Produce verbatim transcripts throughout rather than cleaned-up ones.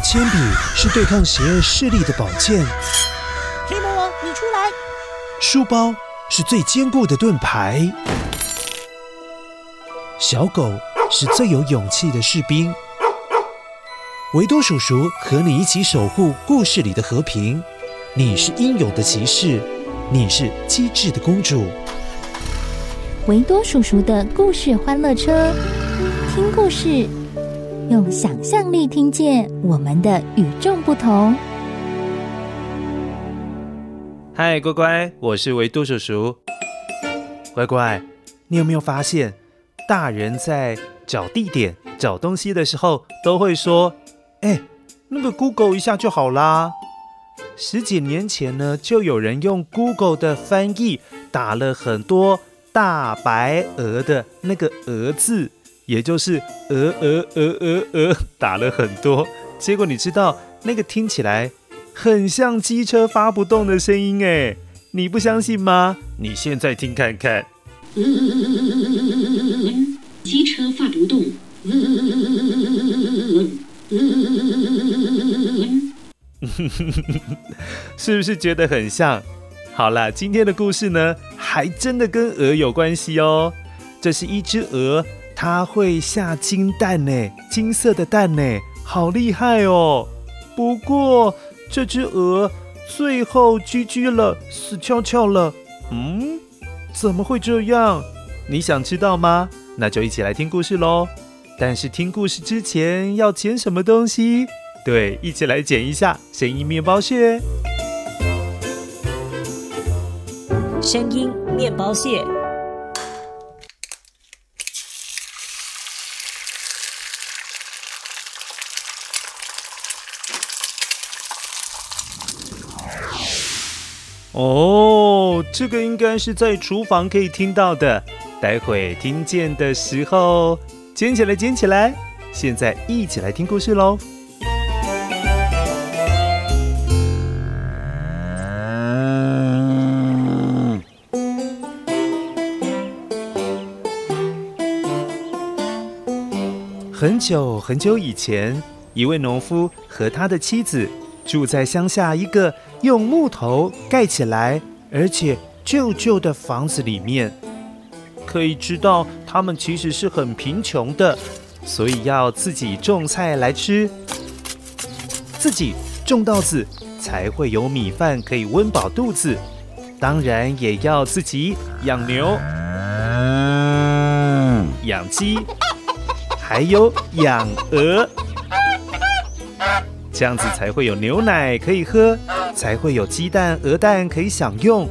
铅笔是对抗邪恶势力的宝剑， 黑魔王，你出来！ 书包是最坚固的盾牌，小狗是最有勇气的士兵。维多叔叔和你一起守护故事里的和平。你是英勇的骑士，你是机智的公主。 维多叔叔的故事欢乐车，听故事，用想象力听见我们的与众不同。 嗨，乖乖，我是维多叔叔。乖乖，你有没有发现，大人在找地点、找东西的时候，都会说：“哎，那个 Google 一下就好啦。”十几年前呢，就有人用 Google 的翻译打了很多大白鹅的那个鹅字，也就是鹅鹅鹅鹅鹅，打了很多。结果你知道那个听起来很像机车发不动的声音哎，你不相信吗？你现在听看看。 嗯，机车发不动。嗯嗯是不是觉得很像？好啦，今天的故事呢，还真的跟鹅有关系哦。这是一只鹅，它会下金蛋呢，金色的蛋呢，好厉害哦。不过这只鹅最后 G G 了，死翘翘了。嗯，怎么会这样？你想知道吗？那就一起来听故事咯。但是听故事之前要捡什么东西？对，一起来捡一下声音面包屑。 声音面包屑。 哦，这个应该是在厨房可以听到的，待会听见的时候捡起来捡起来。现在一起来听故事咯。很久很久以前，一位农夫和他的妻子住在乡下一个用木头盖起来而且旧旧的房子里面。可以知道他们其实是很贫穷的，所以要自己种菜来吃，自己种稻子才会有米饭可以温饱肚子。当然也要自己养牛、养鸡，还有养鹅，这样子才会有牛奶可以喝，才会有鸡蛋、鹅蛋可以享用。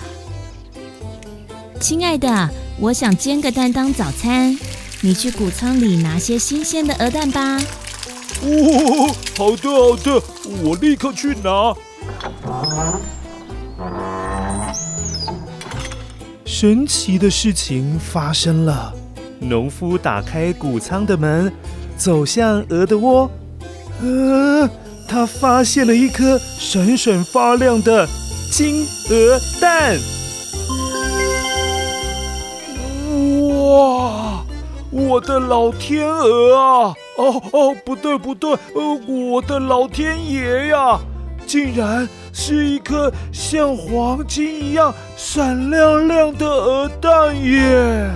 亲爱的，我想煎个蛋当早餐，你去谷仓里拿些新鲜的鹅蛋吧。 哦，好的好的，我立刻去拿。 神奇的事情发生了，农夫打开谷仓的门，走向鹅的窝。呃，他发现了一颗闪闪发亮的金鹅蛋。 哇，我的老天鹅啊！哦哦，不对不对，呃，我的老天爷呀！竟然是一颗像黄金一样闪亮亮的鹅蛋耶！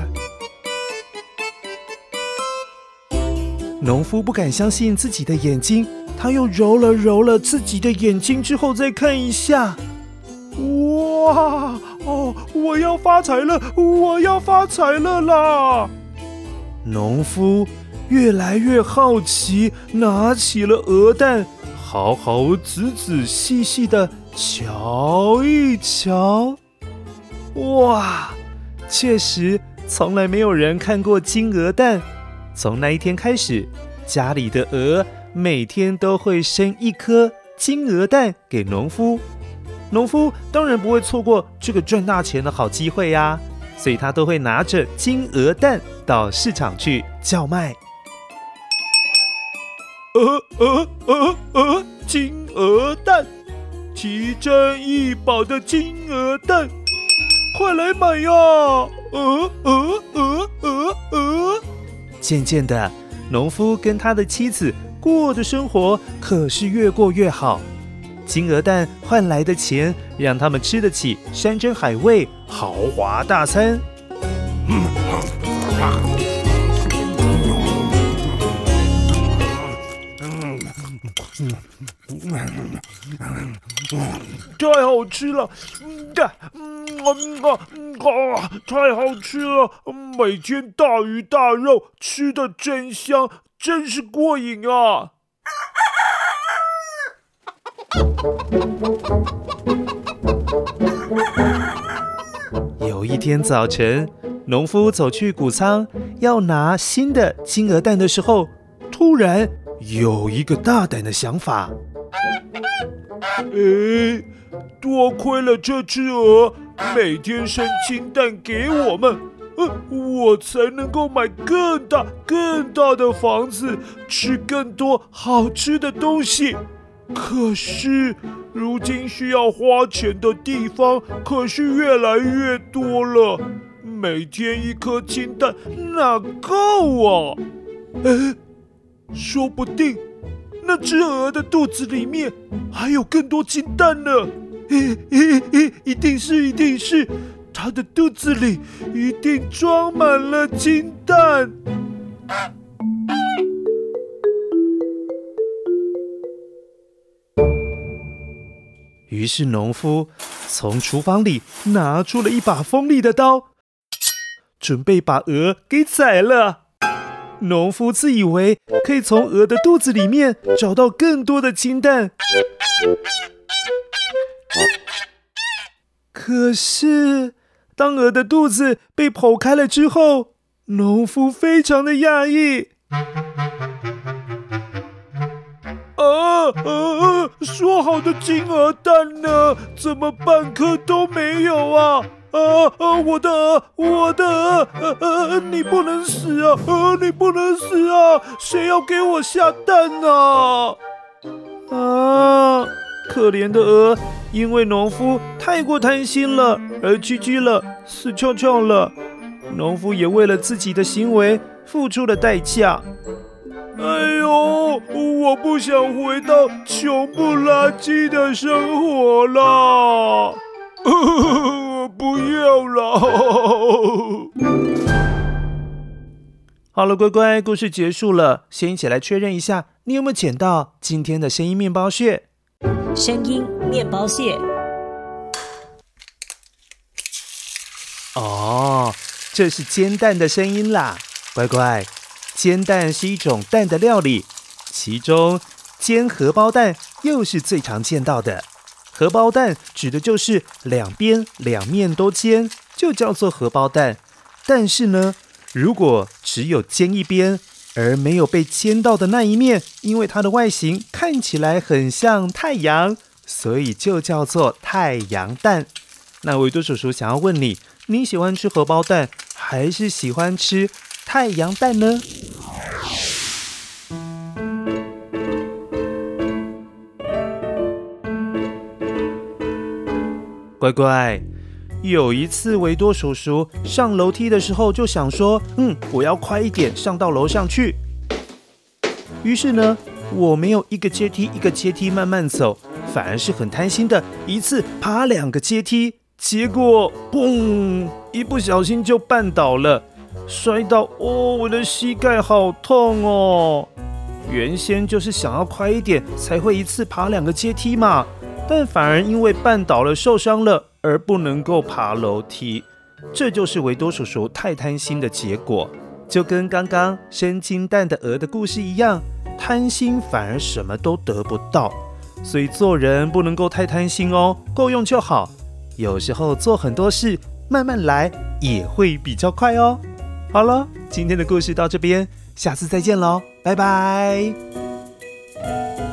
农夫不敢相信自己的眼睛，他又揉了揉了自己的眼睛之后再看一下。 哇哦，我要发财了，我要发财了啦！ 农夫越来越好奇，拿起了鹅蛋，好好仔仔细细的瞧一瞧。哇，确实从来没有人看过金鹅蛋。从那一天开始，家里的鹅每天都会生一颗金鹅蛋给农夫。农夫当然不会错过这个赚大钱的好机会呀，所以他都会拿着金鹅蛋到市场去叫卖。 鹅鹅鹅鹅，金鹅蛋，奇珍异宝的金鹅蛋，快来买呀！鹅鹅鹅鹅鹅。 渐渐的， 农夫跟他的妻子过的生活可是越过越好。金鹅蛋换来的钱，让他们吃得起山珍海味、豪华大餐。 太好吃了！嗯嗯啊啊，太好吃了！每天大鱼大肉，吃得真香，真是过瘾啊！ 有一天早晨，农夫走去谷仓要拿新的金鹅蛋的时候，突然有一个大胆的想法。 诶，多亏了这只鹅每天生金蛋给我们，呃，我才能够买更大更大的房子，吃更多好吃的东西。可是如今需要花钱的地方可是越来越多了，每天一颗金蛋哪够啊？诶，说不定那只鹅的肚子里面还有更多金蛋呢！嘿嘿嘿，一定是，一定是，它的肚子里一定装满了金蛋。 于是农夫从厨房里拿出了一把锋利的刀，准备把鹅给宰了。农夫自以为可以从鹅的肚子里面找到更多的金蛋，可是当鹅的肚子被剖开了之后，农夫非常的讶异。 啊啊！说好的金鹅蛋呢？怎么半颗都没有啊？啊啊！我的鹅，我的鹅！呃呃，你不能死啊！呃，你不能死啊！谁要给我下蛋啊？ 啊！可怜的鹅，因为农夫太过贪心了，而 G G 了，死翘翘了。农夫也为了自己的行为付出了代价。 哎呦，我不想回到穷不拉几的生活啦！我不要了。 好了，乖乖，故事结束了。先一起来确认一下，你有没有捡到今天的声音面包屑？ 声音面包屑。 哦，这是煎蛋的声音啦，乖乖。煎蛋是一种蛋的料理，其中煎荷包蛋又是最常见到的。荷包蛋指的就是两边两面都煎，就叫做荷包蛋。但是呢，如果只有煎一边，而没有被煎到的那一面，因为它的外形看起来很像太阳，所以就叫做太阳蛋。那维多叔叔想要问你，你喜欢吃荷包蛋，还是喜欢吃太阳蛋呢？乖乖，有一次维多叔叔上楼梯的时候就想说，嗯，我要快一点上到楼上去。于是呢，我没有一个阶梯一个阶梯慢慢走，反而是很贪心的一次爬两个阶梯，结果嘣，一不小心就绊倒了，摔到哦，我的膝盖好痛哦。原先就是想要快一点才会一次爬两个阶梯嘛，但反而因为绊倒了受伤了，而不能够爬楼梯。这就是维多叔叔太贪心的结果，就跟刚刚生金蛋的鹅的故事一样，贪心反而什么都得不到。所以做人不能够太贪心哦，够用就好。有时候做很多事慢慢来也会比较快哦。好了，今天的故事到这边，下次再见咯，拜拜。